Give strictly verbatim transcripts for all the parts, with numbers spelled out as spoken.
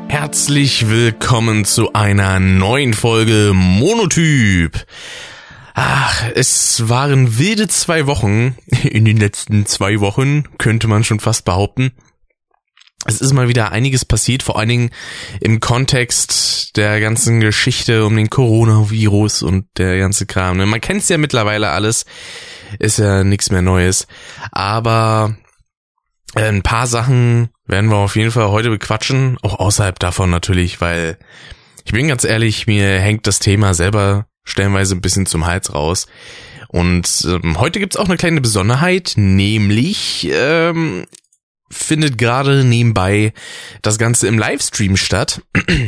Herzlich willkommen zu einer neuen Folge Monotyp. Ach, es waren wilde zwei Wochen. In den letzten zwei Wochen könnte man schon fast behaupten. Es ist mal wieder einiges passiert, vor allen Dingen im Kontext der ganzen Geschichte um den Coronavirus und der ganze Kram. Man kennt es ja mittlerweile alles, ist ja nichts mehr Neues. Aber ein paar Sachen werden wir auf jeden Fall heute bequatschen, auch außerhalb davon natürlich, weil ich bin ganz ehrlich, mir hängt das Thema selber stellenweise ein bisschen zum Hals raus. Und ähm, heute gibt's auch eine kleine Besonderheit, nämlich ähm, findet gerade nebenbei das Ganze im Livestream statt.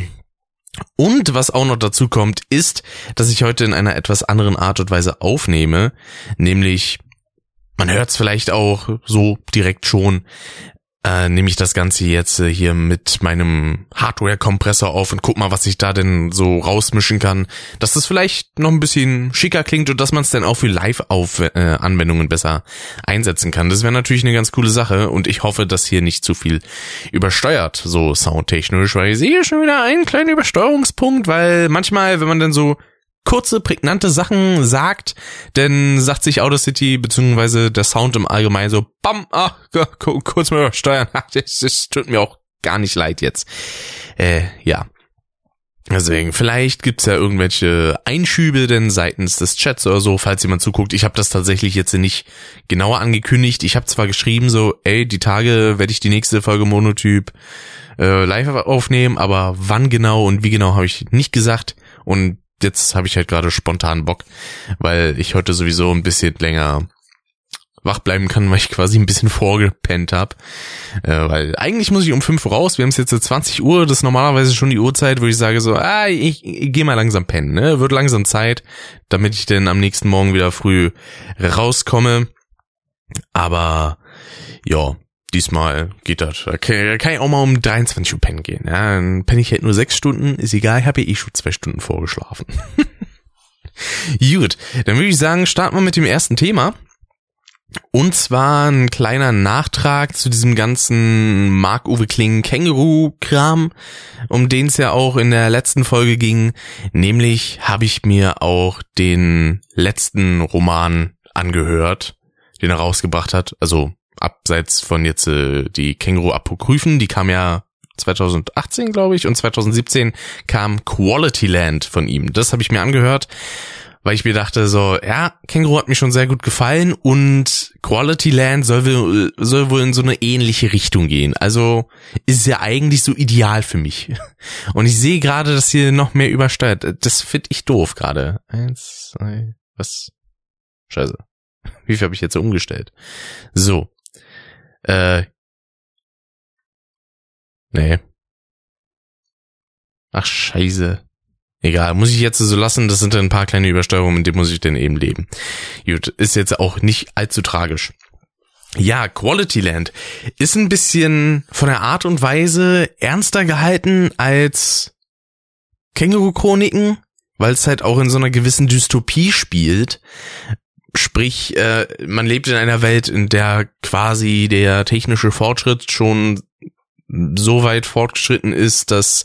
Und was auch noch dazu kommt, ist, dass ich heute in einer etwas anderen Art und Weise aufnehme, nämlich, man hört es vielleicht auch so direkt schon, äh, nehme ich das Ganze jetzt äh, hier mit meinem Hardware-Kompressor auf und guck mal, was ich da denn so rausmischen kann, dass das vielleicht noch ein bisschen schicker klingt und dass man es dann auch für Live-Anwendungen äh, besser einsetzen kann. Das wäre natürlich eine ganz coole Sache und ich hoffe, dass hier nicht zu viel übersteuert, so soundtechnisch, weil ich sehe schon wieder einen kleinen Übersteuerungspunkt, weil manchmal, wenn man dann so kurze, prägnante Sachen sagt, dann sagt sich Audacity beziehungsweise der Sound im Allgemeinen so, bam, ach, kurz mal übersteuern, das, das tut mir auch gar nicht leid jetzt. Äh, ja. Deswegen, vielleicht gibt's ja irgendwelche Einschübe denn seitens des Chats oder so, falls jemand zuguckt. Ich habe das tatsächlich jetzt nicht genauer angekündigt. Ich habe zwar geschrieben so, ey, die Tage werde ich die nächste Folge Monotyp äh, live aufnehmen, aber wann genau und wie genau habe ich nicht gesagt und jetzt habe ich halt gerade spontan Bock, weil ich heute sowieso ein bisschen länger wach bleiben kann, weil ich quasi ein bisschen vorgepennt habe. Äh, weil eigentlich muss ich um fünf Uhr raus, wir haben es jetzt zwanzig Uhr, das ist normalerweise schon die Uhrzeit, wo ich sage so, ah, ich, ich gehe mal langsam pennen, ne? Wird langsam Zeit, damit ich dann am nächsten Morgen wieder früh rauskomme. Aber ja, diesmal geht das. Da kann, kann ich auch mal um dreiundzwanzig Uhr pennen gehen. Ja, dann penne ich halt nur sechs Stunden. Ist egal, ich habe ja eh schon zwei Stunden vorgeschlafen. Gut, dann würde ich sagen, starten wir mit dem ersten Thema. Und zwar ein kleiner Nachtrag zu diesem ganzen Marc-Uwe Kling-Känguru-Kram, um den es ja auch in der letzten Folge ging. Nämlich habe ich mir auch den letzten Roman angehört, den er rausgebracht hat. Also abseits von jetzt äh, die Känguru-Apokryphen, die kam ja zwanzig achtzehn, glaube ich, und zwanzig siebzehn kam Quality Land von ihm. Das habe ich mir angehört, weil ich mir dachte so, ja, Känguru hat mir schon sehr gut gefallen und Quality Land soll, soll wohl in so eine ähnliche Richtung gehen. Also ist es ja eigentlich so ideal für mich. Und ich sehe gerade, dass hier noch mehr übersteuert. Das finde ich doof gerade. Eins, zwei, was? Scheiße. Wie viel habe ich jetzt so umgestellt? So. Äh. Nee. Ach, scheiße. Egal, muss ich jetzt so lassen, das sind dann ein paar kleine Übersteuerungen, mit denen muss ich dann eben leben. Gut, ist jetzt auch nicht allzu tragisch. Ja, Quality Land ist ein bisschen von der Art und Weise ernster gehalten als Känguru-Chroniken, weil es halt auch in so einer gewissen Dystopie spielt. Sprich, äh, man lebt in einer Welt, in der quasi der technische Fortschritt schon so weit fortgeschritten ist, dass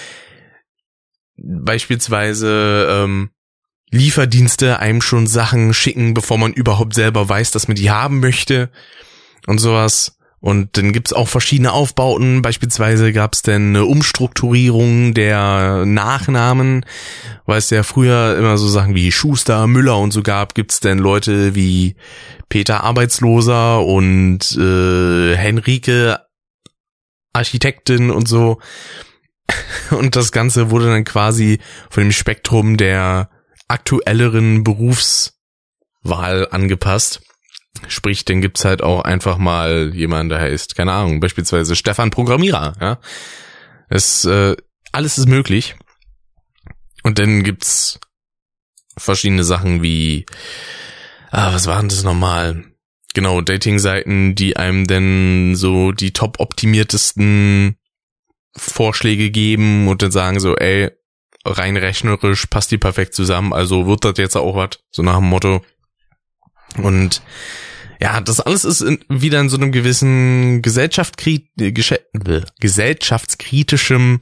beispielsweise ähm, Lieferdienste einem schon Sachen schicken, bevor man überhaupt selber weiß, dass man die haben möchte und sowas. Und dann gibt's auch verschiedene Aufbauten. Beispielsweise gab's dann eine Umstrukturierung der Nachnamen, weil es ja früher immer so Sachen wie Schuster, Müller und so gab. Gibt's dann Leute wie Peter Arbeitsloser und äh, Henrike Architektin und so. Und das Ganze wurde dann quasi von dem Spektrum der aktuelleren Berufswahl angepasst. Sprich, dann gibt's halt auch einfach mal jemanden, der heißt, keine Ahnung, beispielsweise Stefan Programmierer, ja. Es, äh, alles ist möglich. Und dann gibt's verschiedene Sachen wie, ah, was waren das nochmal? Genau, Dating-Seiten, die einem dann so die top optimiertesten Vorschläge geben und dann sagen so, ey, rein rechnerisch passt die perfekt zusammen, also wird das jetzt auch was, so nach dem Motto. Und ja, das alles ist in, wieder in so einem gewissen gesellschaftskri- gesche- gesellschaftskritischem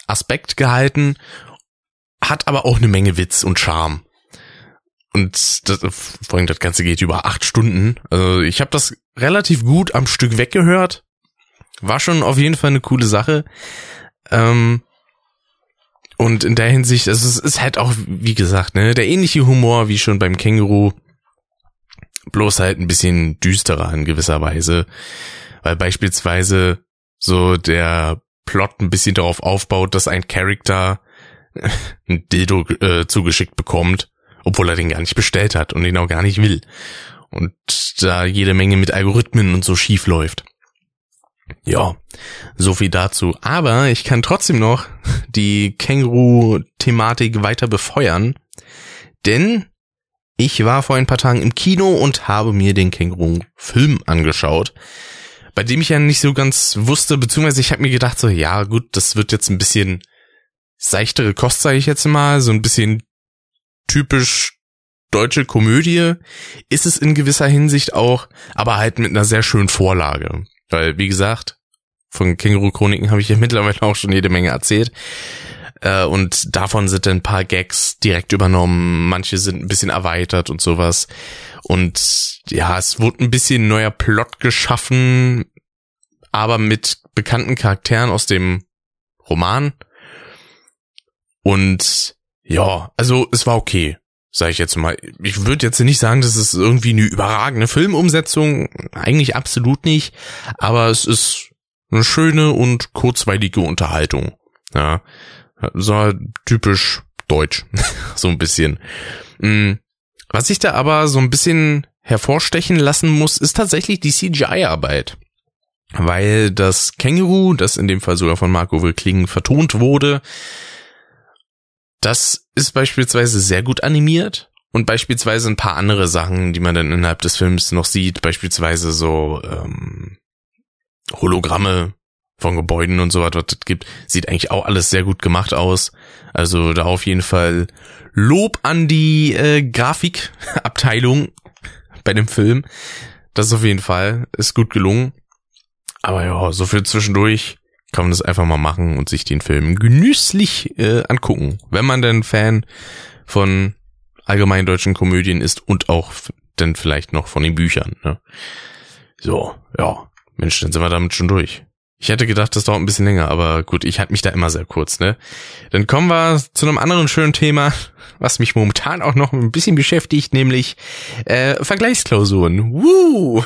Aspekt gehalten, hat aber auch eine Menge Witz und Charme. Und das, vor allem das Ganze geht über acht Stunden. Also ich habe das relativ gut am Stück weggehört. War schon auf jeden Fall eine coole Sache. Ähm, und in der Hinsicht, also es ist halt auch, wie gesagt, ne, der ähnliche Humor wie schon beim Känguru, bloß halt ein bisschen düsterer in gewisser Weise. Weil beispielsweise so der Plot ein bisschen darauf aufbaut, dass ein Charakter ein Dildo äh, zugeschickt bekommt, obwohl er den gar nicht bestellt hat und den auch gar nicht will. Und da jede Menge mit Algorithmen und so schief läuft. Ja, so viel dazu. Aber ich kann trotzdem noch die Känguru-Thematik weiter befeuern, denn ich war vor ein paar Tagen im Kino und habe mir den Känguru-Film angeschaut, bei dem ich ja nicht so ganz wusste, beziehungsweise ich habe mir gedacht so, ja gut, das wird jetzt ein bisschen seichtere Kost, sage ich jetzt mal, so ein bisschen typisch deutsche Komödie, ist es in gewisser Hinsicht auch, aber halt mit einer sehr schönen Vorlage. Weil, wie gesagt, von Känguru-Chroniken habe ich ja mittlerweile auch schon jede Menge erzählt. Äh, und davon sind ein paar Gags direkt übernommen, manche sind ein bisschen erweitert und sowas. Und ja, es wurde ein bisschen neuer Plot geschaffen, aber mit bekannten Charakteren aus dem Roman. Und ja, also es war okay, sag ich jetzt mal. Ich würde jetzt nicht sagen, das ist irgendwie eine überragende Filmumsetzung, eigentlich absolut nicht, aber es ist eine schöne und kurzweilige Unterhaltung. Ja, so typisch deutsch, so ein bisschen. Was ich da aber so ein bisschen hervorstechen lassen muss, ist tatsächlich die C G I-Arbeit. Weil das Känguru, das in dem Fall sogar von Marc-Uwe Kling vertont wurde, das ist beispielsweise sehr gut animiert und beispielsweise ein paar andere Sachen, die man dann innerhalb des Films noch sieht, beispielsweise so ähm, Hologramme von Gebäuden und so was, was es gibt, sieht eigentlich auch alles sehr gut gemacht aus. Also da auf jeden Fall Lob an die äh, Grafikabteilung bei dem Film. Das ist auf jeden Fall, ist gut gelungen. Aber ja, so für zwischendurch kann man das einfach mal machen und sich den Film genüsslich äh, angucken, wenn man denn Fan von allgemein deutschen Komödien ist und auch f- dann vielleicht noch von den Büchern. Ne? So, ja, Mensch, dann sind wir damit schon durch. Ich hätte gedacht, das dauert ein bisschen länger, aber gut, ich halte mich da immer sehr kurz. Ne? Dann kommen wir zu einem anderen schönen Thema, was mich momentan auch noch ein bisschen beschäftigt, nämlich äh, Vergleichsklausuren. Woo!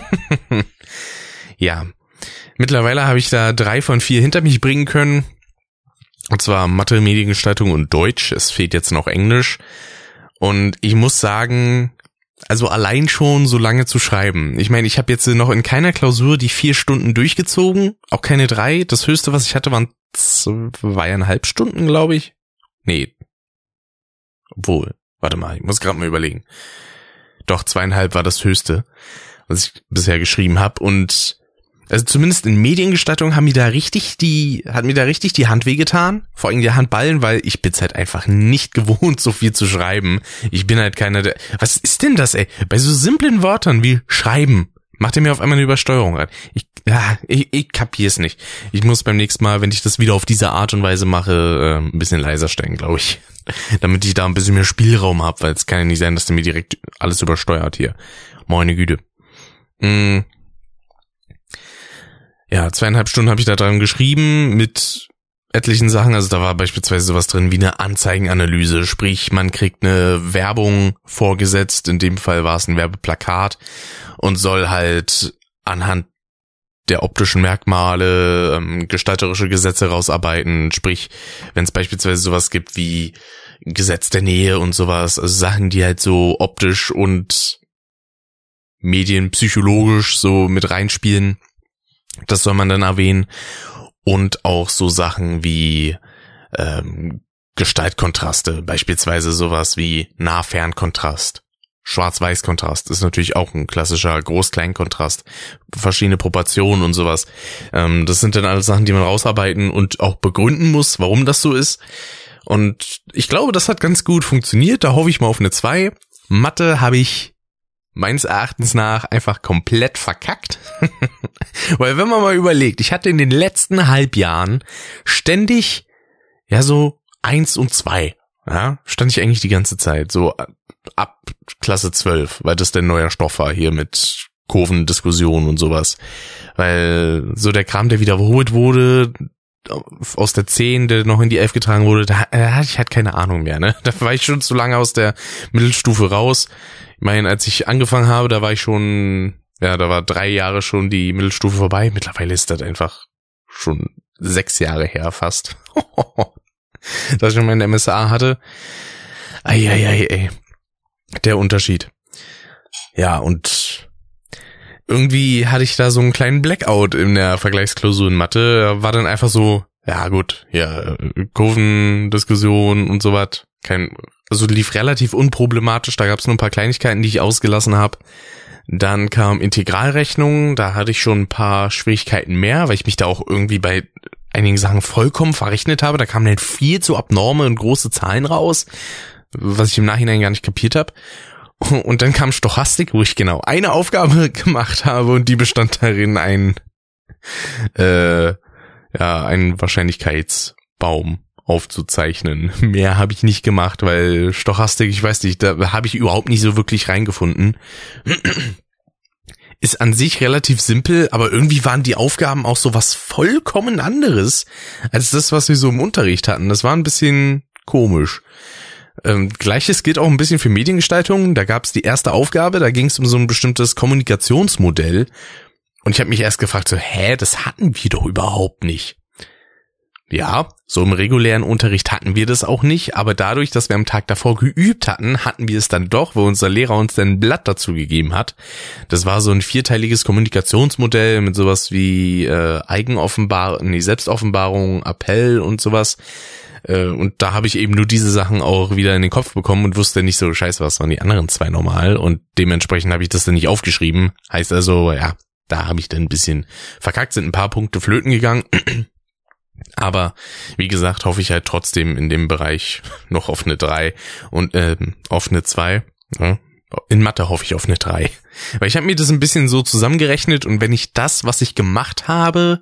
Ja. Mittlerweile habe ich da drei von vier hinter mich bringen können. Und zwar Mathe, Mediengestaltung und Deutsch. Es fehlt jetzt noch Englisch. Und ich muss sagen, also allein schon so lange zu schreiben. Ich meine, ich habe jetzt noch in keiner Klausur die vier Stunden durchgezogen. Auch keine drei. Das höchste, was ich hatte, waren zweieinhalb Stunden, glaube ich. Nee. Obwohl, warte mal, ich muss gerade mal überlegen. Doch, zweieinhalb war das höchste, was ich bisher geschrieben habe. Und also zumindest in Mediengestaltung haben mir da richtig die, hat mir da richtig die Hand wehgetan. Vor allem die Handballen, weil ich bin's halt einfach nicht gewohnt, so viel zu schreiben. Ich bin halt keiner der, was ist denn das, ey? Bei so simplen Wörtern wie schreiben, macht er mir auf einmal eine Übersteuerung an. Ich, ja, ich, ich kapier's nicht. Ich muss beim nächsten Mal, wenn ich das wieder auf diese Art und Weise mache, äh, ein bisschen leiser stellen, glaube ich. Damit ich da ein bisschen mehr Spielraum habe, weil es kann ja nicht sein, dass der mir direkt alles übersteuert hier. Meine Güte. Mhm. Ja, zweieinhalb Stunden habe ich da dran geschrieben mit etlichen Sachen. Also da war beispielsweise sowas drin wie eine Anzeigenanalyse. Sprich, man kriegt eine Werbung vorgesetzt. In dem Fall war es ein Werbeplakat und soll halt anhand der optischen Merkmale ähm, gestalterische Gesetze rausarbeiten. Sprich, wenn es beispielsweise sowas gibt wie Gesetz der Nähe und sowas. Also Sachen, die halt so optisch und medienpsychologisch so mit reinspielen. Das soll man dann erwähnen. Und auch so Sachen wie ähm, Gestaltkontraste, beispielsweise sowas wie Nah-Fern-Kontrast. Schwarz-Weiß-Kontrast ist natürlich auch ein klassischer Groß-Klein-Kontrast. Verschiedene Proportionen und sowas. Ähm, das sind dann alles Sachen, die man rausarbeiten und auch begründen muss, warum das so ist. Und ich glaube, das hat ganz gut funktioniert. Da hoffe ich mal auf eine zwei. Mathe habe ich meines Erachtens nach einfach komplett verkackt. Weil wenn man mal überlegt, ich hatte in den letzten Halbjahren ständig ja, so eins und zwei, ja, stand ich eigentlich die ganze Zeit, so ab Klasse zwölf, weil das der neue Stoff war hier mit Kurvendiskussionen und sowas. Weil so der Kram, der wiederholt wurde, aus der zehn, der noch in die elf getragen wurde, da, da hatte ich halt keine Ahnung mehr, ne? Da war ich schon zu lange aus der Mittelstufe raus. Ich meine, als ich angefangen habe, da war ich schon, ja, da war drei Jahre schon die Mittelstufe vorbei. Mittlerweile ist das einfach schon sechs Jahre her fast. Dass ich schon meine M S A hatte. Eieiei, ey. Der Unterschied. Ja, und irgendwie hatte ich da so einen kleinen Blackout in der Vergleichsklausur in Mathe. War dann einfach so, ja gut, ja, Kurvendiskussion und so was. Kein, also lief relativ unproblematisch. Da gab es nur ein paar Kleinigkeiten, die ich ausgelassen habe. Dann kam Integralrechnung. Da hatte ich schon ein paar Schwierigkeiten mehr, weil ich mich da auch irgendwie bei einigen Sachen vollkommen verrechnet habe. Da kamen dann viel zu abnorme und große Zahlen raus, was ich im Nachhinein gar nicht kapiert habe. Und dann kam Stochastik, wo ich genau eine Aufgabe gemacht habe und die bestand darin, ein äh, ja einen Wahrscheinlichkeitsbaum aufzuzeichnen. Mehr habe ich nicht gemacht, weil Stochastik, ich weiß nicht, da habe ich überhaupt nicht so wirklich reingefunden. Ist an sich relativ simpel, aber irgendwie waren die Aufgaben auch so was vollkommen anderes als das, was wir so im Unterricht hatten. Das war ein bisschen komisch. Ähm, Gleiches gilt auch ein bisschen für Mediengestaltung. Da gab es die erste Aufgabe, da ging es um so ein bestimmtes Kommunikationsmodell. Und ich habe mich erst gefragt, so, hä, das hatten wir doch überhaupt nicht. Ja, so im regulären Unterricht hatten wir das auch nicht, aber dadurch, dass wir am Tag davor geübt hatten, hatten wir es dann doch, wo unser Lehrer uns dann ein Blatt dazu gegeben hat. Das war so ein vierteiliges Kommunikationsmodell mit sowas wie äh, Eigenoffenbarung, nee, Selbstoffenbarung, Appell und sowas. Und da habe ich eben nur diese Sachen auch wieder in den Kopf bekommen und wusste nicht so, scheiße, was waren die anderen zwei normal, und dementsprechend habe ich das dann nicht aufgeschrieben. Heißt also, ja, da habe ich dann ein bisschen verkackt, sind ein paar Punkte flöten gegangen. Aber wie gesagt, hoffe ich halt trotzdem in dem Bereich noch auf eine drei und äh, auf eine zwei. Ja. In Mathe hoffe ich auf eine drei. Weil ich habe mir das ein bisschen so zusammengerechnet, und wenn ich das, was ich gemacht habe,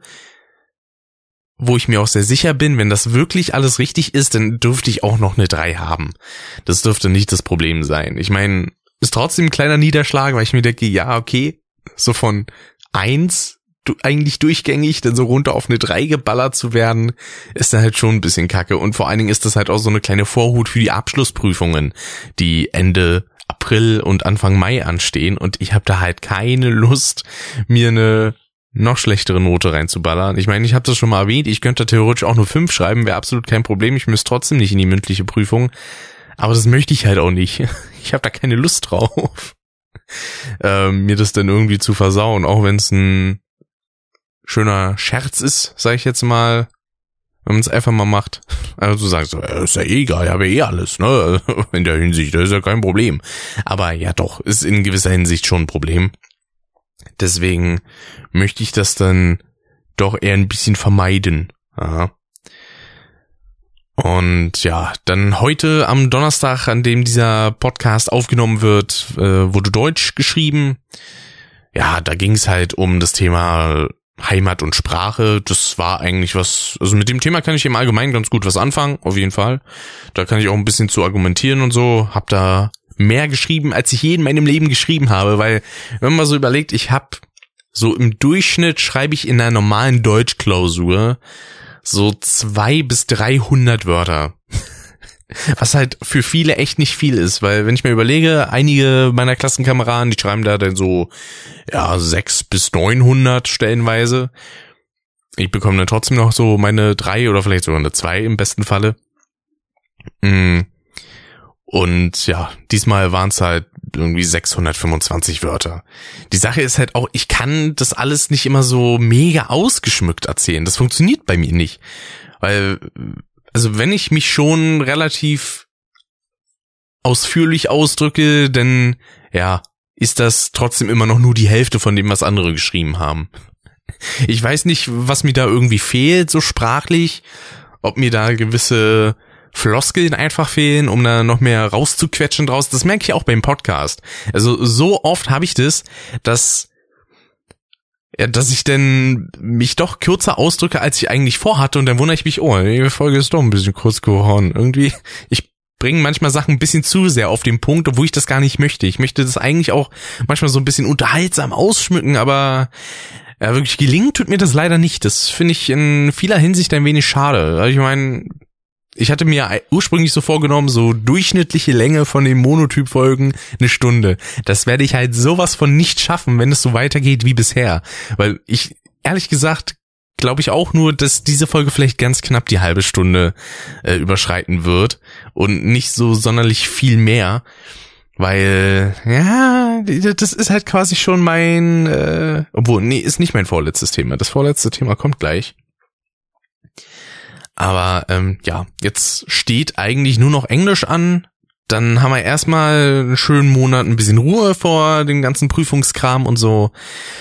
wo ich mir auch sehr sicher bin, wenn das wirklich alles richtig ist, dann dürfte ich auch noch eine drei haben. Das dürfte nicht das Problem sein. Ich meine, ist trotzdem ein kleiner Niederschlag, weil ich mir denke, ja, okay, so von eins du, eigentlich durchgängig, dann so runter auf eine drei geballert zu werden, ist dann halt schon ein bisschen kacke. Und vor allen Dingen ist das halt auch so eine kleine Vorhut für die Abschlussprüfungen, die Ende April und Anfang Mai anstehen. Und ich habe da halt keine Lust, mir eine noch schlechtere Note reinzuballern. Ich meine, ich habe das schon mal erwähnt, ich könnte theoretisch auch nur fünf schreiben, wäre absolut kein Problem. Ich müsste trotzdem nicht in die mündliche Prüfung. Aber das möchte ich halt auch nicht. Ich habe da keine Lust drauf, ähm, mir das dann irgendwie zu versauen, auch wenn es ein schöner Scherz ist, sage ich jetzt mal, wenn man es einfach mal macht. Also du sagst, ist ja eh egal, ich habe ja eh alles, ne? In der Hinsicht, das ist ja kein Problem. Aber ja doch, ist in gewisser Hinsicht schon ein Problem. Deswegen möchte ich das dann doch eher ein bisschen vermeiden. Ja. Und ja, dann heute am Donnerstag, an dem dieser Podcast aufgenommen wird, äh, wurde Deutsch geschrieben. Ja, da ging es halt um das Thema Heimat und Sprache. Das war eigentlich was, also mit dem Thema kann ich im Allgemeinen ganz gut was anfangen, auf jeden Fall. Da kann ich auch ein bisschen zu argumentieren und so. Hab da mehr geschrieben, als ich je in meinem Leben geschrieben habe, weil, wenn man mal so überlegt, ich habe so im Durchschnitt schreibe ich in einer normalen Deutschklausur so zwei bis dreihundert Wörter. Was halt für viele echt nicht viel ist, weil wenn ich mir überlege, einige meiner Klassenkameraden, die schreiben da dann so, ja, sechs bis neunhundert stellenweise. Ich bekomme dann trotzdem noch so meine drei oder vielleicht sogar eine zwei im besten Falle. Und ja, diesmal waren es halt irgendwie sechshundertfünfundzwanzig Wörter. Die Sache ist halt auch, ich kann das alles nicht immer so mega ausgeschmückt erzählen. Das funktioniert bei mir nicht. Weil, also wenn ich mich schon relativ ausführlich ausdrücke, dann, ja, ist das trotzdem immer noch nur die Hälfte von dem, was andere geschrieben haben. Ich weiß nicht, was mir da irgendwie fehlt, so sprachlich, ob mir da gewisse Floskeln einfach fehlen, um da noch mehr rauszuquetschen draus. Das merke ich auch beim Podcast. Also so oft habe ich das, dass ja, dass ich denn mich doch kürzer ausdrücke, als ich eigentlich vorhatte und dann wundere ich mich, oh, die Folge ist doch ein bisschen kurz geworden. Irgendwie, ich bringe manchmal Sachen ein bisschen zu sehr auf den Punkt, obwohl ich das gar nicht möchte. Ich möchte das eigentlich auch manchmal so ein bisschen unterhaltsam ausschmücken, aber ja, wirklich gelingen tut mir das leider nicht. Das finde ich in vieler Hinsicht ein wenig schade. Ich meine, ich hatte mir ursprünglich so vorgenommen, so durchschnittliche Länge von den Monotyp-Folgen eine Stunde. Das werde ich halt sowas von nicht schaffen, wenn es so weitergeht wie bisher. Weil ich, ehrlich gesagt, glaube ich auch nur, dass diese Folge vielleicht ganz knapp die halbe Stunde äh, überschreiten wird und nicht so sonderlich viel mehr. Weil, ja, das ist halt quasi schon mein, äh, obwohl, nee, ist nicht mein vorletztes Thema. Das vorletzte Thema kommt gleich. Aber ähm, ja, jetzt steht eigentlich nur noch Englisch an. Dann haben wir erstmal einen schönen Monat ein bisschen Ruhe vor dem ganzen Prüfungskram und so.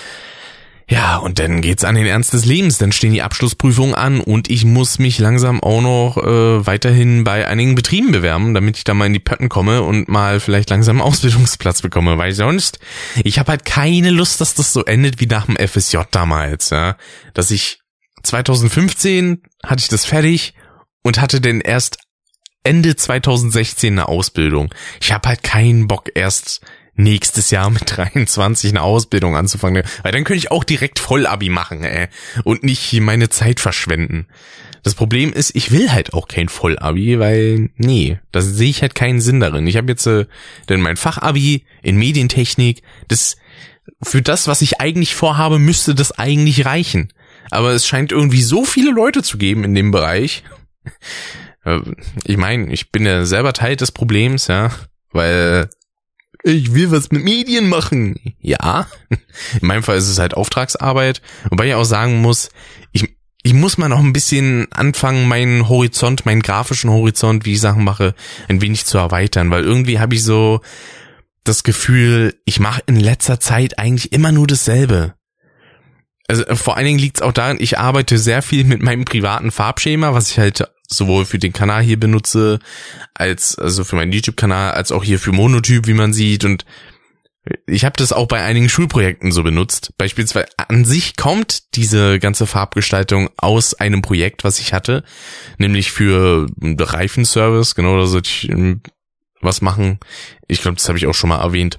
Ja, und dann geht's an den Ernst des Lebens. Dann stehen die Abschlussprüfungen an und ich muss mich langsam auch noch äh, weiterhin bei einigen Betrieben bewerben, damit ich da mal in die Pötten komme und mal vielleicht langsam einen Ausbildungsplatz bekomme. Weil sonst, ich habe halt keine Lust, dass das so endet wie nach dem F S J damals. Ja, dass ich zwanzig fünfzehn hatte ich das fertig und hatte dann erst Ende zwanzig sechzehn eine Ausbildung. Ich habe halt keinen Bock, erst nächstes Jahr mit dreiundzwanzig eine Ausbildung anzufangen, weil dann könnte ich auch direkt Vollabi machen, ey, und nicht meine Zeit verschwenden. Das Problem ist, ich will halt auch kein Vollabi, weil, nee, da sehe ich halt keinen Sinn darin. Ich habe jetzt äh, denn mein Fachabi in Medientechnik, das für das, was ich eigentlich vorhabe, müsste das eigentlich reichen. Aber es scheint irgendwie so viele Leute zu geben in dem Bereich. Ich meine, ich bin ja selber Teil des Problems, ja, weil ich will was mit Medien machen. Ja, in meinem Fall ist es halt Auftragsarbeit, wobei ich auch sagen muss, ich ich muss mal noch ein bisschen anfangen, meinen Horizont, meinen grafischen Horizont, wie ich Sachen mache, ein wenig zu erweitern, weil irgendwie habe ich so das Gefühl, ich mache in letzter Zeit eigentlich immer nur dasselbe. Also vor allen Dingen liegt es auch daran, ich arbeite sehr viel mit meinem privaten Farbschema, was ich halt sowohl für den Kanal hier benutze, als also für meinen YouTube-Kanal, als auch hier für Monotyp, wie man sieht. Und ich habe das auch bei einigen Schulprojekten so benutzt. Beispielsweise an sich kommt diese ganze Farbgestaltung aus einem Projekt, was ich hatte, nämlich für einen Reifenservice. Genau, da sollte ich was machen. Ich glaube, das habe ich auch schon mal erwähnt.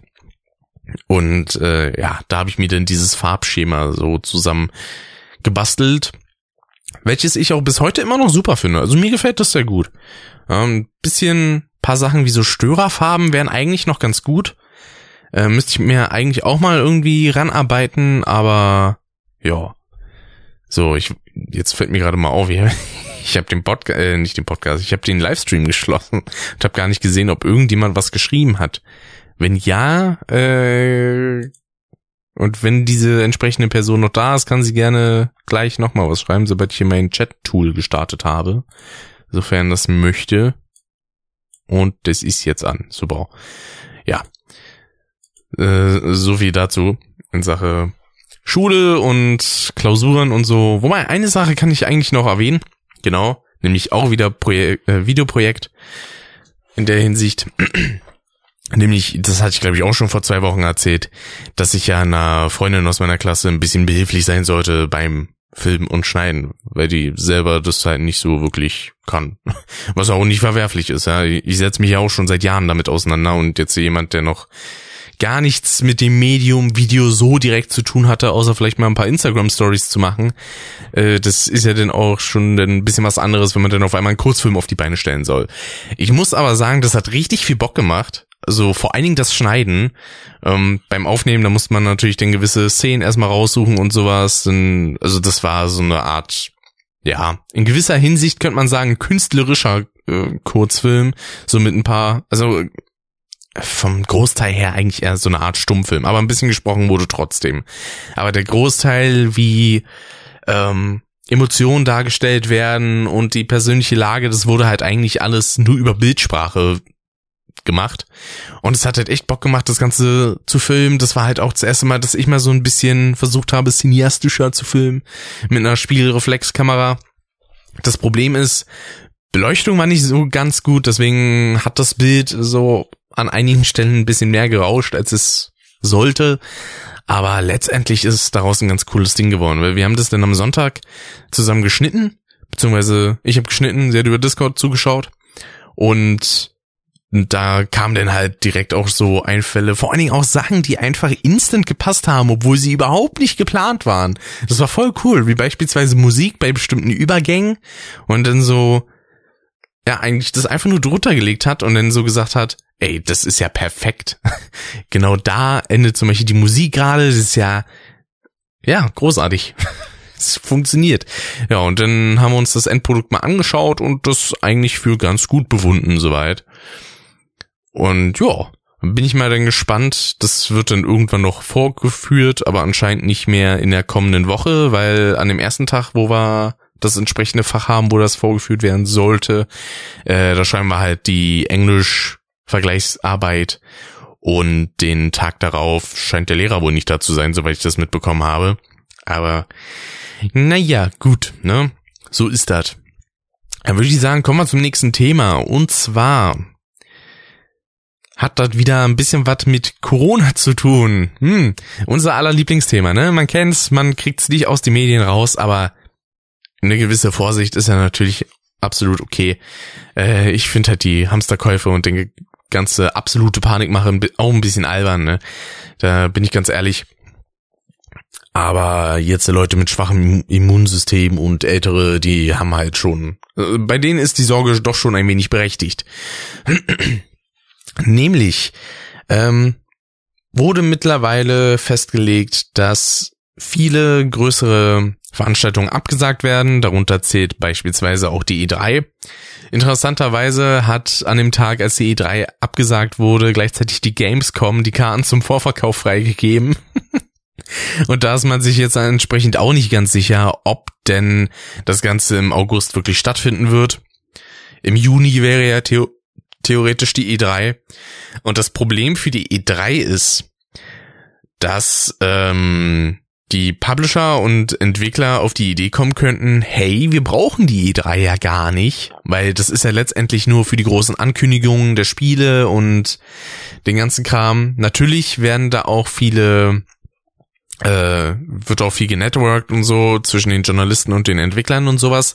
Und äh, ja, da habe ich mir dann dieses Farbschema so zusammen gebastelt, welches ich auch bis heute immer noch super finde. Also mir gefällt das sehr gut. Ein ähm, bisschen, paar Sachen wie so Störerfarben wären eigentlich noch ganz gut. Äh, müsste ich mir eigentlich auch mal irgendwie ranarbeiten, aber ja. So, ich jetzt fällt mir gerade mal auf, ich, ich habe den Podcast, äh, nicht den Podcast, ich habe den Livestream geschlossen und habe gar nicht gesehen, ob irgendjemand was geschrieben hat. Wenn ja, äh, und wenn diese entsprechende Person noch da ist, kann sie gerne gleich nochmal was schreiben, sobald ich hier mein Chat-Tool gestartet habe. Sofern das möchte. Und das ist jetzt an. Super. Ja. Äh, so viel dazu in Sache Schule und Klausuren und so. Wobei, eine Sache kann ich eigentlich noch erwähnen. Genau. Nämlich auch wieder Projek- äh, Videoprojekt. In der Hinsicht... Nämlich, das hatte ich glaube ich auch schon vor zwei Wochen erzählt, dass ich ja einer Freundin aus meiner Klasse ein bisschen behilflich sein sollte beim Filmen und Schneiden, weil die selber das halt nicht so wirklich kann. Was auch nicht verwerflich ist, ja. Ich setze mich ja auch schon seit Jahren damit auseinander und jetzt jemand, der noch gar nichts mit dem Medium Video so direkt zu tun hatte, außer vielleicht mal ein paar Instagram-Stories zu machen. Äh, das ist ja dann auch schon ein bisschen was anderes, wenn man dann auf einmal einen Kurzfilm auf die Beine stellen soll. Ich muss aber sagen, das hat richtig viel Bock gemacht. Also vor allen Dingen das Schneiden. Ähm, beim Aufnehmen, da muss man natürlich dann gewisse Szenen erstmal raussuchen und sowas. Und, also das war so eine Art, ja, in gewisser Hinsicht könnte man sagen, künstlerischer äh, Kurzfilm. So mit ein paar, also vom Großteil her eigentlich eher so eine Art Stummfilm. Aber ein bisschen gesprochen wurde trotzdem. Aber der Großteil, wie ähm, Emotionen dargestellt werden und die persönliche Lage, das wurde halt eigentlich alles nur über Bildsprache gemacht. Und es hat halt echt Bock gemacht, das Ganze zu filmen. Das war halt auch das erste Mal, dass ich mal so ein bisschen versucht habe, cineastischer zu filmen. Mit einer Spiegelreflexkamera. Das Problem ist, Beleuchtung war nicht so ganz gut. Deswegen hat das Bild so an einigen Stellen ein bisschen mehr gerauscht, als es sollte. Aber letztendlich ist daraus ein ganz cooles Ding geworden, weil wir haben das dann am Sonntag zusammen geschnitten, beziehungsweise ich habe geschnitten, sie hat über Discord zugeschaut und da kamen dann halt direkt auch so Einfälle, vor allen Dingen auch Sachen, die einfach instant gepasst haben, obwohl sie überhaupt nicht geplant waren. Das war voll cool, wie beispielsweise Musik bei bestimmten Übergängen und dann so, ja, eigentlich das einfach nur drunter gelegt hat und dann so gesagt hat, ey, das ist ja perfekt. Genau da endet zum Beispiel die Musik gerade, das ist ja, ja, großartig. Es funktioniert. Ja, und dann haben wir uns das Endprodukt mal angeschaut und das eigentlich für ganz gut befunden soweit. Und ja, bin ich mal dann gespannt. Das wird dann irgendwann noch vorgeführt, aber anscheinend nicht mehr in der kommenden Woche, weil an dem ersten Tag, wo wir das entsprechende Fach haben, wo das vorgeführt werden sollte, äh, da schreiben wir halt die Englisch-Vergleichsarbeit und den Tag darauf scheint der Lehrer wohl nicht da zu sein, soweit ich das mitbekommen habe. Aber naja, gut, ne? So ist das. Dann würde ich sagen, kommen wir zum nächsten Thema. Und zwar hat das wieder ein bisschen was mit Corona zu tun. Hm, unser aller Lieblingsthema, ne? Man kennt's, man kriegt's nicht aus den Medien raus, aber eine gewisse Vorsicht ist ja natürlich absolut okay. Äh, ich finde halt die Hamsterkäufe und die ganze absolute Panikmache auch ein bisschen albern, ne? Da bin ich ganz ehrlich. Aber jetzt Leute mit schwachem Immunsystem und Ältere, die haben halt schon, äh, bei denen ist die Sorge doch schon ein wenig berechtigt. Nämlich ähm, wurde mittlerweile festgelegt, dass viele größere Veranstaltungen abgesagt werden. Darunter zählt beispielsweise auch die E drei. Interessanterweise hat an dem Tag, als die E drei abgesagt wurde, gleichzeitig die Gamescom die Karten zum Vorverkauf freigegeben. Und da ist man sich jetzt entsprechend auch nicht ganz sicher, ob denn das Ganze im August wirklich stattfinden wird. Im Juni wäre ja theo- theoretisch die E drei. Und das Problem für die E drei ist, dass ähm, die Publisher und Entwickler auf die Idee kommen könnten, hey, wir brauchen die E drei ja gar nicht, weil das ist ja letztendlich nur für die großen Ankündigungen der Spiele und den ganzen Kram. Natürlich werden da auch viele, äh, wird auch viel genetworked und so zwischen den Journalisten und den Entwicklern und sowas.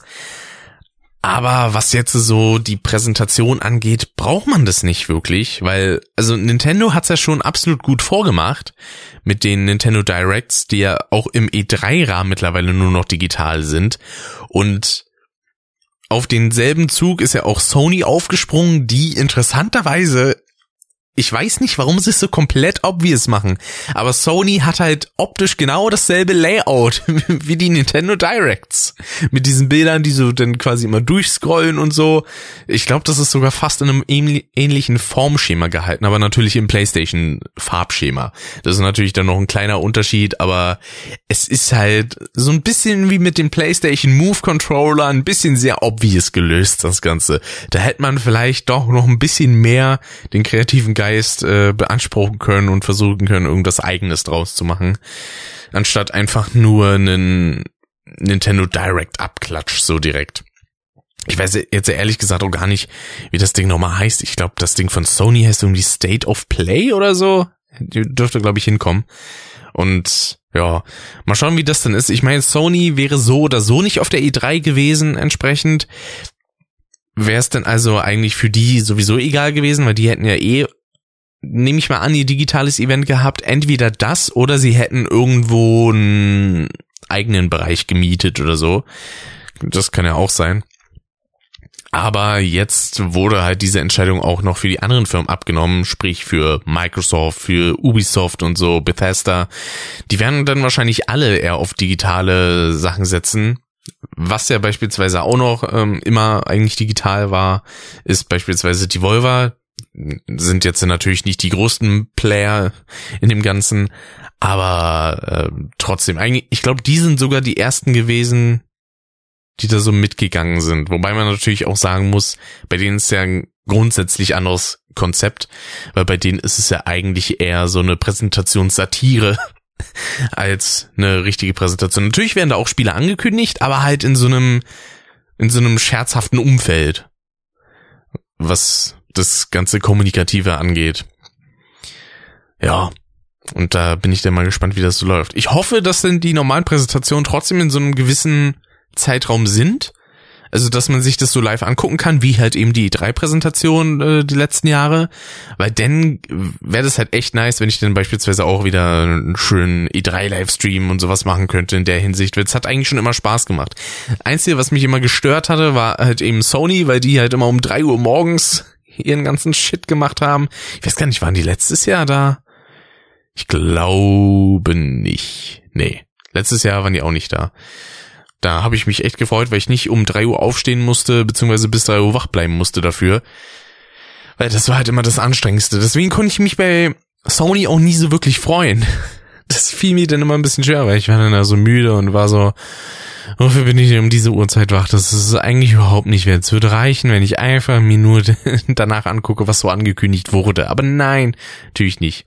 Aber was jetzt so die Präsentation angeht, braucht man das nicht wirklich, weil, also Nintendo hat's ja schon absolut gut vorgemacht mit den Nintendo Directs, die ja auch im E drei Rahmen mittlerweile nur noch digital sind. Und auf denselben Zug ist ja auch Sony aufgesprungen, die interessanterweise, ich weiß nicht, warum sie es so komplett obvious machen, aber Sony hat halt optisch genau dasselbe Layout wie die Nintendo Directs. Mit diesen Bildern, die so dann quasi immer durchscrollen und so. Ich glaube, das ist sogar fast in einem ähnlichen Formschema gehalten, aber natürlich im PlayStation-Farbschema. Das ist natürlich dann noch ein kleiner Unterschied, aber es ist halt so ein bisschen wie mit dem PlayStation Move Controller, ein bisschen sehr obvious gelöst, das Ganze. Da hätte man vielleicht doch noch ein bisschen mehr den kreativen Geist äh, beanspruchen können und versuchen können, irgendwas Eigenes draus zu machen, anstatt einfach nur einen Nintendo Direct Abklatsch so direkt. Ich weiß jetzt ehrlich gesagt auch gar nicht, wie das Ding nochmal heißt. Ich glaube, das Ding von Sony heißt irgendwie State of Play oder so. Die dürfte, glaube ich, hinkommen. Und ja, mal schauen, wie das denn ist. Ich meine, Sony wäre so oder so nicht auf der E drei gewesen entsprechend. Wäre es denn also eigentlich für die sowieso egal gewesen, weil die hätten ja eh, nehme ich mal an, ihr digitales Event gehabt, entweder das oder sie hätten irgendwo einen eigenen Bereich gemietet oder so. Das kann ja auch sein. Aber jetzt wurde halt diese Entscheidung auch noch für die anderen Firmen abgenommen, sprich für Microsoft, für Ubisoft und so, Bethesda. Die werden dann wahrscheinlich alle eher auf digitale Sachen setzen. Was ja beispielsweise auch noch ähm, immer eigentlich digital war, ist beispielsweise Devolver. Sind jetzt natürlich nicht die größten Player in dem Ganzen, aber äh, trotzdem, eigentlich, ich glaube, die sind sogar die ersten gewesen, die da so mitgegangen sind. Wobei man natürlich auch sagen muss, bei denen ist ja ein grundsätzlich anderes Konzept, weil bei denen ist es ja eigentlich eher so eine Präsentationssatire als eine richtige Präsentation. Natürlich werden da auch Spiele angekündigt, aber halt in so einem in so einem scherzhaften Umfeld, was das ganze Kommunikative angeht. Ja, Und da bin ich dann mal gespannt, wie das so läuft. Ich hoffe, dass denn die normalen Präsentationen trotzdem in so einem gewissen Zeitraum sind. Also, dass man sich das so live angucken kann, wie halt eben die E drei Präsentation äh, die letzten Jahre. Weil dann wäre das halt echt nice, wenn ich dann beispielsweise auch wieder einen schönen E drei Livestream und sowas machen könnte in der Hinsicht. Es hat eigentlich schon immer Spaß gemacht. Einzige, was mich immer gestört hatte, war halt eben Sony, weil die halt immer um drei Uhr morgens ihren ganzen Shit gemacht haben. Ich weiß gar nicht, waren die letztes Jahr da? Ich glaube nicht. Nee, letztes Jahr waren die auch nicht da. Da habe ich mich echt gefreut, weil ich nicht um drei Uhr aufstehen musste, beziehungsweise bis drei Uhr wach bleiben musste dafür. Weil das war halt immer das Anstrengendste. Deswegen konnte ich mich bei Sony auch nie so wirklich freuen. Das fiel mir dann immer ein bisschen schwer, weil ich war dann da so müde und war so, wofür bin ich denn um diese Uhrzeit wach? Das ist eigentlich überhaupt nicht wert. Es würde reichen, wenn ich einfach mir nur danach angucke, was so angekündigt wurde. Aber nein, natürlich nicht.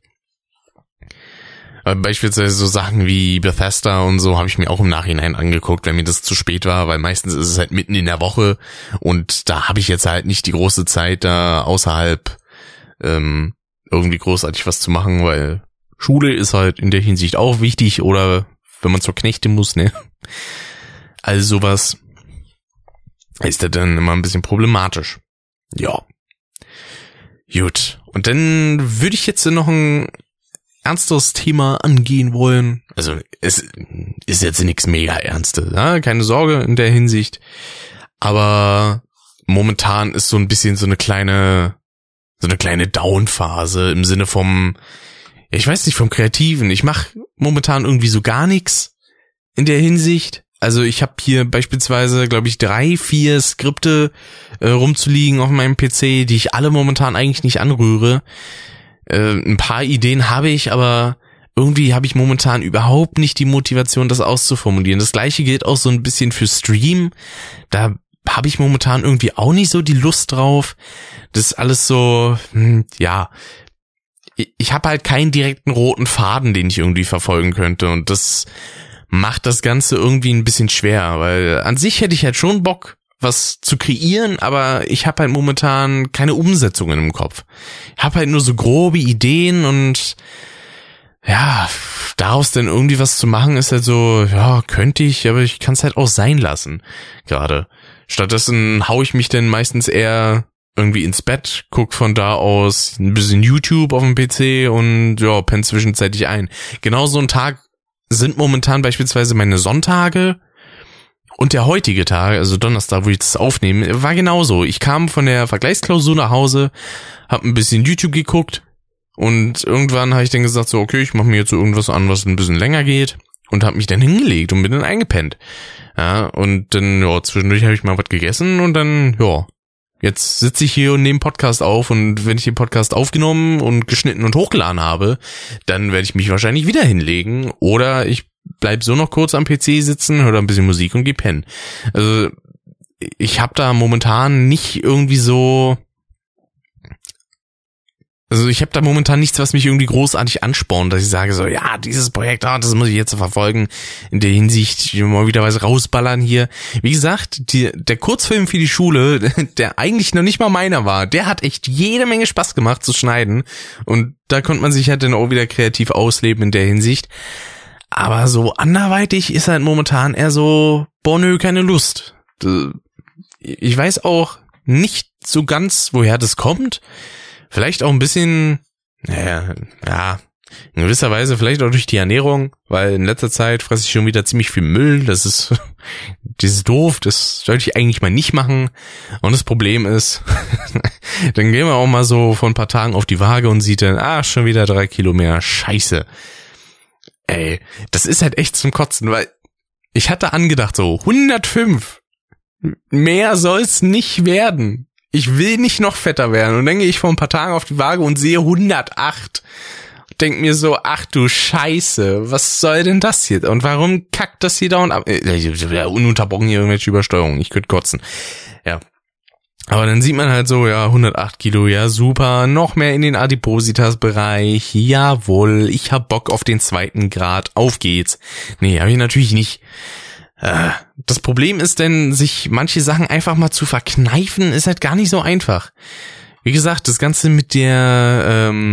Beispielsweise so Sachen wie Bethesda und so habe ich mir auch im Nachhinein angeguckt, wenn mir das zu spät war, weil meistens ist es halt mitten in der Woche und da habe ich jetzt halt nicht die große Zeit, da außerhalb ähm, irgendwie großartig was zu machen, weil Schule ist halt in der Hinsicht auch wichtig oder wenn man zur Knechte muss, ne? Also sowas ist da dann immer ein bisschen problematisch. Ja. Gut. Und dann würde ich jetzt noch ein ernsteres Thema angehen wollen. Also es ist jetzt nichts mega Ernstes, ja? Keine Sorge in der Hinsicht. Aber momentan ist so ein bisschen so eine kleine, so eine kleine Down-Phase im Sinne vom, ich weiß nicht, vom Kreativen. Ich mache momentan irgendwie so gar nichts in der Hinsicht. Also ich habe hier beispielsweise, glaube ich, drei, vier Skripte äh, rumzuliegen auf meinem P C, die ich alle momentan eigentlich nicht anrühre. Äh, ein paar Ideen habe ich, aber irgendwie habe ich momentan überhaupt nicht die Motivation, das auszuformulieren. Das gleiche gilt auch so ein bisschen für Stream. Da habe ich momentan irgendwie auch nicht so die Lust drauf. Das ist alles so, hm, ja, ich, ich habe halt keinen direkten roten Faden, den ich irgendwie verfolgen könnte und das macht das Ganze irgendwie ein bisschen schwer, weil an sich hätte ich halt schon Bock, was zu kreieren, aber ich habe halt momentan keine Umsetzungen im Kopf. Ich habe halt nur so grobe Ideen und ja, daraus dann irgendwie was zu machen, ist halt so, ja, könnte ich, aber ich kann es halt auch sein lassen, gerade. Stattdessen hau ich mich dann meistens eher irgendwie ins Bett, guck von da aus ein bisschen YouTube auf dem P C und ja, penn zwischenzeitlich ein. Genau so ein Tag sind momentan beispielsweise meine Sonntage. Und der heutige Tag, also Donnerstag, wo ich das aufnehme, war genauso. Ich kam von der Vergleichsklausur nach Hause, hab ein bisschen YouTube geguckt und irgendwann habe ich dann gesagt, so okay, ich mache mir jetzt so irgendwas an, was ein bisschen länger geht und habe mich dann hingelegt und bin dann eingepennt. Ja, und dann, ja, zwischendurch habe ich mal was gegessen und dann, ja, jetzt sitze ich hier und nehme Podcast auf und wenn ich den Podcast aufgenommen und geschnitten und hochgeladen habe, dann werde ich mich wahrscheinlich wieder hinlegen oder ich bleib so noch kurz am P C sitzen, höre da ein bisschen Musik und geh pennen. Also ich habe da momentan nicht irgendwie so, also ich habe da momentan nichts, was mich irgendwie großartig anspornt, dass ich sage so, ja, dieses Projekt, ah, das muss ich jetzt verfolgen, in der Hinsicht mal wieder was rausballern hier. Wie gesagt, die, der Kurzfilm für die Schule, der eigentlich noch nicht mal meiner war, der hat echt jede Menge Spaß gemacht zu schneiden und da konnte man sich halt dann auch wieder kreativ ausleben in der Hinsicht. Aber so anderweitig ist halt momentan eher so, boah nö, keine Lust. Ich weiß auch nicht so ganz, woher das kommt. Vielleicht auch ein bisschen, naja, ja, in gewisser Weise vielleicht auch durch die Ernährung, weil in letzter Zeit fresse ich schon wieder ziemlich viel Müll. Das ist, das ist doof, das sollte ich eigentlich mal nicht machen. Und das Problem ist, dann gehen wir auch mal so vor ein paar Tagen auf die Waage und sieht dann, ah, schon wieder drei Kilo mehr, scheiße. Ey, das ist halt echt zum Kotzen, weil ich hatte angedacht so, hundertfünf, mehr soll's nicht werden. Ich will nicht noch fetter werden. Und dann gehe ich vor ein paar Tagen auf die Waage und sehe hundertacht. Denk mir so, ach du Scheiße, was soll denn das hier? Und warum kackt das hier dauernd ab? Äh, ununterbrochen hier irgendwelche Übersteuerungen, ich könnte kotzen. Ja. Aber dann sieht man halt so, ja, hundertacht Kilo, ja super, noch mehr in den Adipositas-Bereich, jawohl, ich hab Bock auf den zweiten Grad, auf geht's. Nee, hab ich natürlich nicht. Äh, das Problem ist denn, sich manche Sachen einfach mal zu verkneifen, ist halt gar nicht so einfach. Wie gesagt, das Ganze mit der, ähm,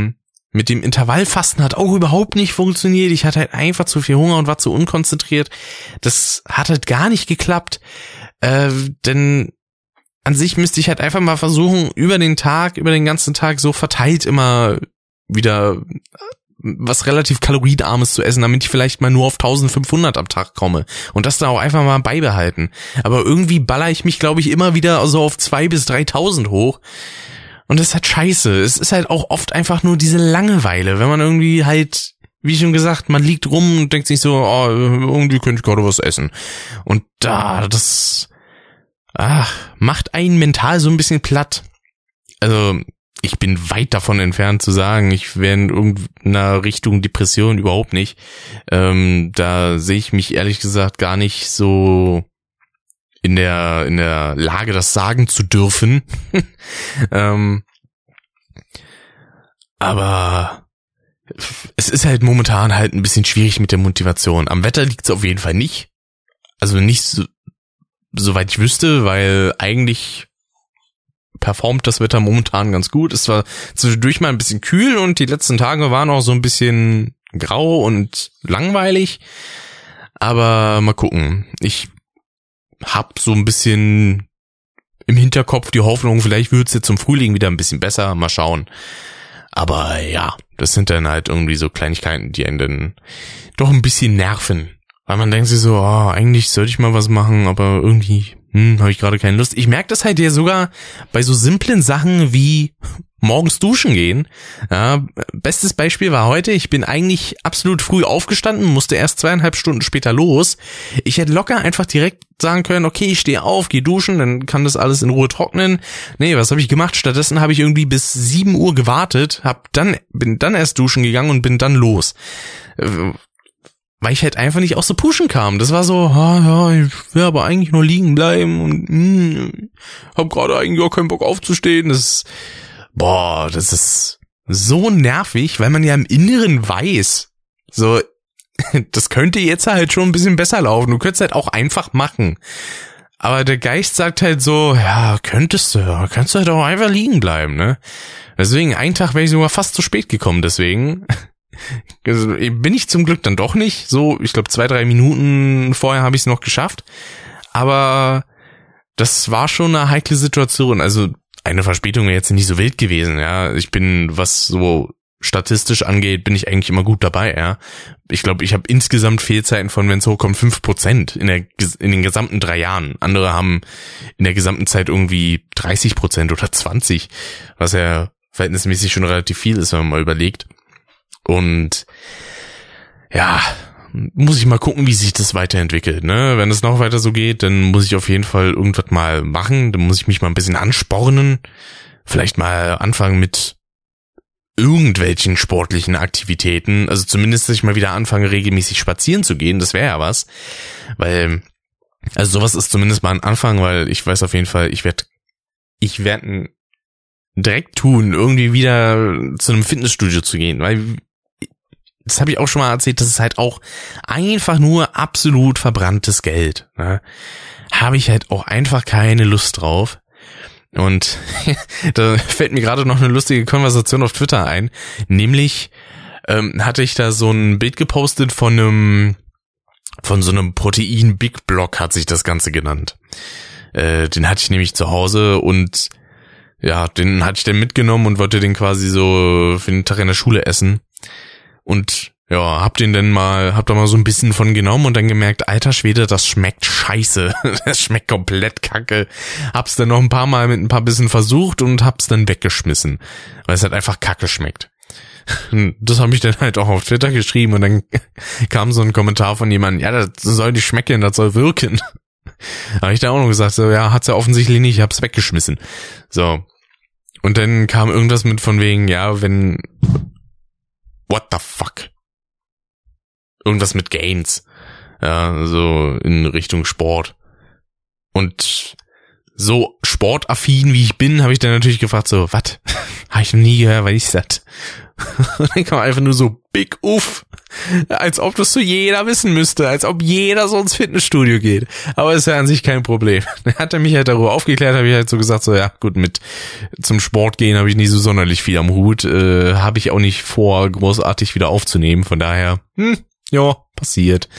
mit dem Intervallfasten hat auch überhaupt nicht funktioniert. Ich hatte halt einfach zu viel Hunger und war zu unkonzentriert. Das hat halt gar nicht geklappt. Äh, denn an sich müsste ich halt einfach mal versuchen, über den Tag, über den ganzen Tag so verteilt immer wieder was relativ kalorienarmes zu essen, damit ich vielleicht mal nur auf eintausendfünfhundert am Tag komme. Und das dann auch einfach mal beibehalten. Aber irgendwie baller ich mich, glaube ich, immer wieder so auf zweitausend bis dreitausend hoch. Und das ist halt scheiße. Es ist halt auch oft einfach nur diese Langeweile, wenn man irgendwie halt, wie schon gesagt, man liegt rum und denkt sich so, oh, irgendwie könnte ich gerade was essen. Und da, das, ach, macht einen mental so ein bisschen platt. Also, ich bin weit davon entfernt zu sagen, ich wäre in irgendeiner Richtung Depression, überhaupt nicht. Ähm, da sehe ich mich ehrlich gesagt gar nicht so in der in der Lage, das sagen zu dürfen. ähm, aber es ist halt momentan halt ein bisschen schwierig mit der Motivation. Am Wetter liegt es auf jeden Fall nicht. Also nicht so, soweit ich wüsste, weil eigentlich performt das Wetter momentan ganz gut. Es war zwischendurch mal ein bisschen kühl und die letzten Tage waren auch so ein bisschen grau und langweilig. Aber mal gucken. Ich hab so ein bisschen im Hinterkopf die Hoffnung, vielleicht wird's jetzt zum Frühling wieder ein bisschen besser. Mal schauen. Aber ja, das sind dann halt irgendwie so Kleinigkeiten, die einen dann doch ein bisschen nerven. Weil man denkt sich so, oh, eigentlich sollte ich mal was machen, aber irgendwie hm, habe ich gerade keine Lust. Ich merke das halt ja sogar bei so simplen Sachen wie morgens duschen gehen. Ja, bestes Beispiel war heute, ich bin eigentlich absolut früh aufgestanden, musste erst zweieinhalb Stunden später los. Ich hätte locker einfach direkt sagen können, okay, ich stehe auf, gehe duschen, dann kann das alles in Ruhe trocknen. Nee, was habe ich gemacht? Stattdessen habe ich irgendwie bis sieben Uhr gewartet, hab dann bin dann erst duschen gegangen und bin dann los. Weil ich halt einfach nicht aus der Puschen kam. Das war so, ah, ja, ich will aber eigentlich nur liegen bleiben und hm, hab gerade eigentlich auch keinen Bock aufzustehen. Das ist, boah, das ist so nervig, weil man ja im Inneren weiß, so, das könnte jetzt halt schon ein bisschen besser laufen. Du könntest halt auch einfach machen. Aber der Geist sagt halt so, ja, könntest du, kannst du halt auch einfach liegen bleiben, ne? Deswegen, einen Tag wäre ich sogar fast zu spät gekommen, deswegen also, bin ich zum Glück dann doch nicht. So, ich glaube, zwei, drei Minuten vorher habe ich es noch geschafft. Aber das war schon eine heikle Situation. Also eine Verspätung wäre jetzt nicht so wild gewesen, ja. Ich bin, was so statistisch angeht, bin ich eigentlich immer gut dabei, ja. Ich glaube, ich habe insgesamt Fehlzeiten von, wenn es hochkommt, fünf Prozent in der in den gesamten drei Jahren. Andere haben in der gesamten Zeit irgendwie dreißig Prozent oder zwanzig, was ja verhältnismäßig schon relativ viel ist, wenn man mal überlegt. Und ja, muss ich mal gucken, wie sich das weiterentwickelt, ne? Wenn es noch weiter so geht, dann muss ich auf jeden Fall irgendwas mal machen. Dann muss ich mich mal ein bisschen anspornen. Vielleicht mal anfangen mit irgendwelchen sportlichen Aktivitäten. Also zumindest, dass ich mal wieder anfange, regelmäßig spazieren zu gehen. Das wäre ja was. Weil, also sowas ist zumindest mal ein Anfang, weil ich weiß auf jeden Fall, ich werde, ich werde direkt tun, irgendwie wieder zu einem Fitnessstudio zu gehen, weil das habe ich auch schon mal erzählt, das ist halt auch einfach nur absolut verbranntes Geld. Ne? Habe ich halt auch einfach keine Lust drauf. Und da fällt mir gerade noch eine lustige Konversation auf Twitter ein. Nämlich ähm, hatte ich da so ein Bild gepostet von einem, von so einem Protein-Big Block hat sich das Ganze genannt. Äh, den hatte ich nämlich zu Hause und ja, den hatte ich dann mitgenommen und wollte den quasi so für den Tag in der Schule essen. Und ja, hab den dann mal, hab da mal so ein bisschen von genommen und dann gemerkt, alter Schwede, das schmeckt scheiße. Das schmeckt komplett kacke. Hab's dann noch ein paar Mal mit ein paar Bissen versucht und hab's dann weggeschmissen. Weil es halt einfach kacke schmeckt. Das habe ich dann halt auch auf Twitter geschrieben und dann kam so ein Kommentar von jemandem, ja, das soll nicht schmecken, das soll wirken. Habe ich dann auch noch gesagt, so, ja, hat's ja offensichtlich nicht, ich hab's weggeschmissen. So. Und dann kam irgendwas mit von wegen, ja, wenn, what the fuck? Irgendwas mit Gains. Ja, so in Richtung Sport. Und so sportaffin wie ich bin, habe ich dann natürlich gefragt, so, was? Habe ich noch nie gehört, was ist das? Und dann kam einfach nur so, big uff. Als ob das so jeder wissen müsste, als ob jeder so ins Fitnessstudio geht. Aber ist ja an sich kein Problem. Dann hat er mich halt darüber aufgeklärt, habe ich halt so gesagt, so ja gut, mit zum Sport gehen habe ich nicht so sonderlich viel am Hut, äh, habe ich auch nicht vor, großartig wieder aufzunehmen, von daher, hm, ja, passiert.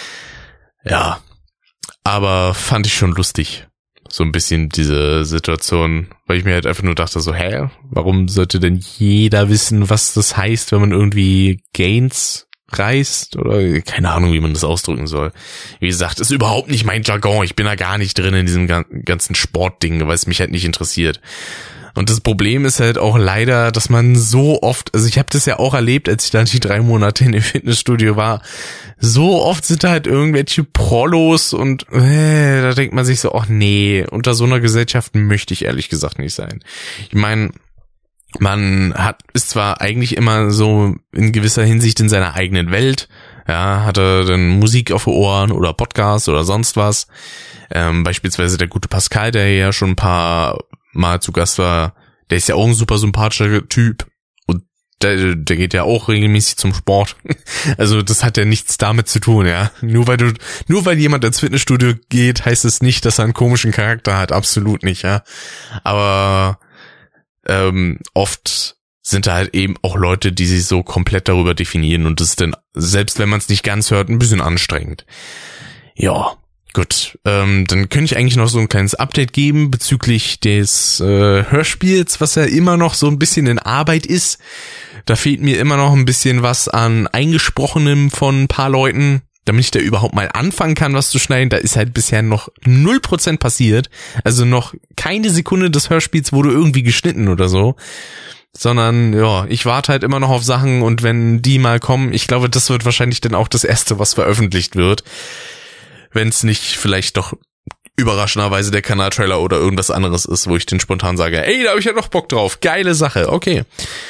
Ja, aber fand ich schon lustig. So ein bisschen diese Situation, weil ich mir halt einfach nur dachte so, hä, warum sollte denn jeder wissen, was das heißt, wenn man irgendwie Gains reißt oder keine Ahnung, wie man das ausdrücken soll. Wie gesagt, ist überhaupt nicht mein Jargon, ich bin da gar nicht drin in diesem ganzen Sportding, weil es mich halt nicht interessiert. Und das Problem ist halt auch leider, dass man so oft, also ich habe das ja auch erlebt, als ich dann die drei Monate in dem Fitnessstudio war, so oft sind da halt irgendwelche Prollos und äh, da denkt man sich so, ach nee, unter so einer Gesellschaft möchte ich ehrlich gesagt nicht sein. Ich meine, man hat ist zwar eigentlich immer so in gewisser Hinsicht in seiner eigenen Welt, ja, hatte dann Musik auf den Ohren oder Podcast oder sonst was, ähm, beispielsweise der gute Pascal, der ja schon ein paar Mal zu Gast war, der ist ja auch ein super sympathischer Typ und der, der geht ja auch regelmäßig zum Sport. Also das hat ja nichts damit zu tun, ja. Nur weil du, nur weil jemand ins Fitnessstudio geht, heißt es nicht, dass er einen komischen Charakter hat, absolut nicht, ja. Aber ähm, oft sind da halt eben auch Leute, die sich so komplett darüber definieren und das ist dann, selbst wenn man es nicht ganz hört, ein bisschen anstrengend. Ja. Gut, ähm, dann könnte ich eigentlich noch so ein kleines Update geben bezüglich des äh, Hörspiels, was ja immer noch so ein bisschen in Arbeit ist. Da fehlt mir immer noch ein bisschen was an Eingesprochenem von ein paar Leuten, damit ich da überhaupt mal anfangen kann, was zu schneiden. Da ist halt bisher noch null Prozent passiert. Also noch keine Sekunde des Hörspiels wurde irgendwie geschnitten oder so. Sondern, ja, ich warte halt immer noch auf Sachen und wenn die mal kommen, ich glaube, das wird wahrscheinlich dann auch das Erste, was veröffentlicht wird. Wenn es nicht vielleicht doch überraschenderweise der Kanaltrailer oder irgendwas anderes ist, wo ich den spontan sage, ey, da habe ich ja noch Bock drauf, geile Sache, okay.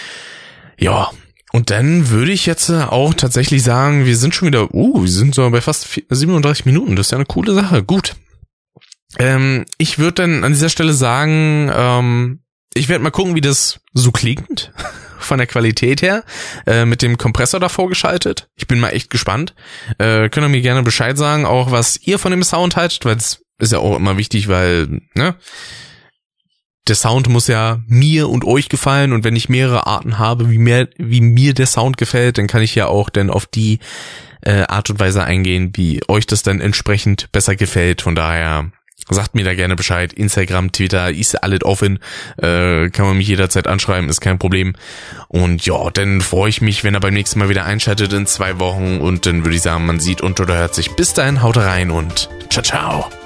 Ja, und dann würde ich jetzt auch tatsächlich sagen, wir sind schon wieder, uh, wir sind so bei fast siebenunddreißig Minuten, das ist ja eine coole Sache, gut. Ähm, ich würde dann an dieser Stelle sagen, ähm, ich werde mal gucken, wie das so klingt, von der Qualität her, äh, mit dem Kompressor davor geschaltet. Ich bin mal echt gespannt. Äh, könnt ihr mir gerne Bescheid sagen, auch was ihr von dem Sound haltet, weil es ist ja auch immer wichtig, weil, ne, der Sound muss ja mir und euch gefallen und wenn ich mehrere Arten habe, wie mehr, wie mir der Sound gefällt, dann kann ich ja auch dann auf die äh, Art und Weise eingehen, wie euch das dann entsprechend besser gefällt. Von daher sagt mir da gerne Bescheid. Instagram, Twitter, ist alles offen. Äh, kann man mich jederzeit anschreiben, ist kein Problem. Und ja, dann freue ich mich, wenn er beim nächsten Mal wieder einschaltet in zwei Wochen. Und dann würde ich sagen, man sieht und oder hört sich. Bis dahin, haut rein und ciao, ciao.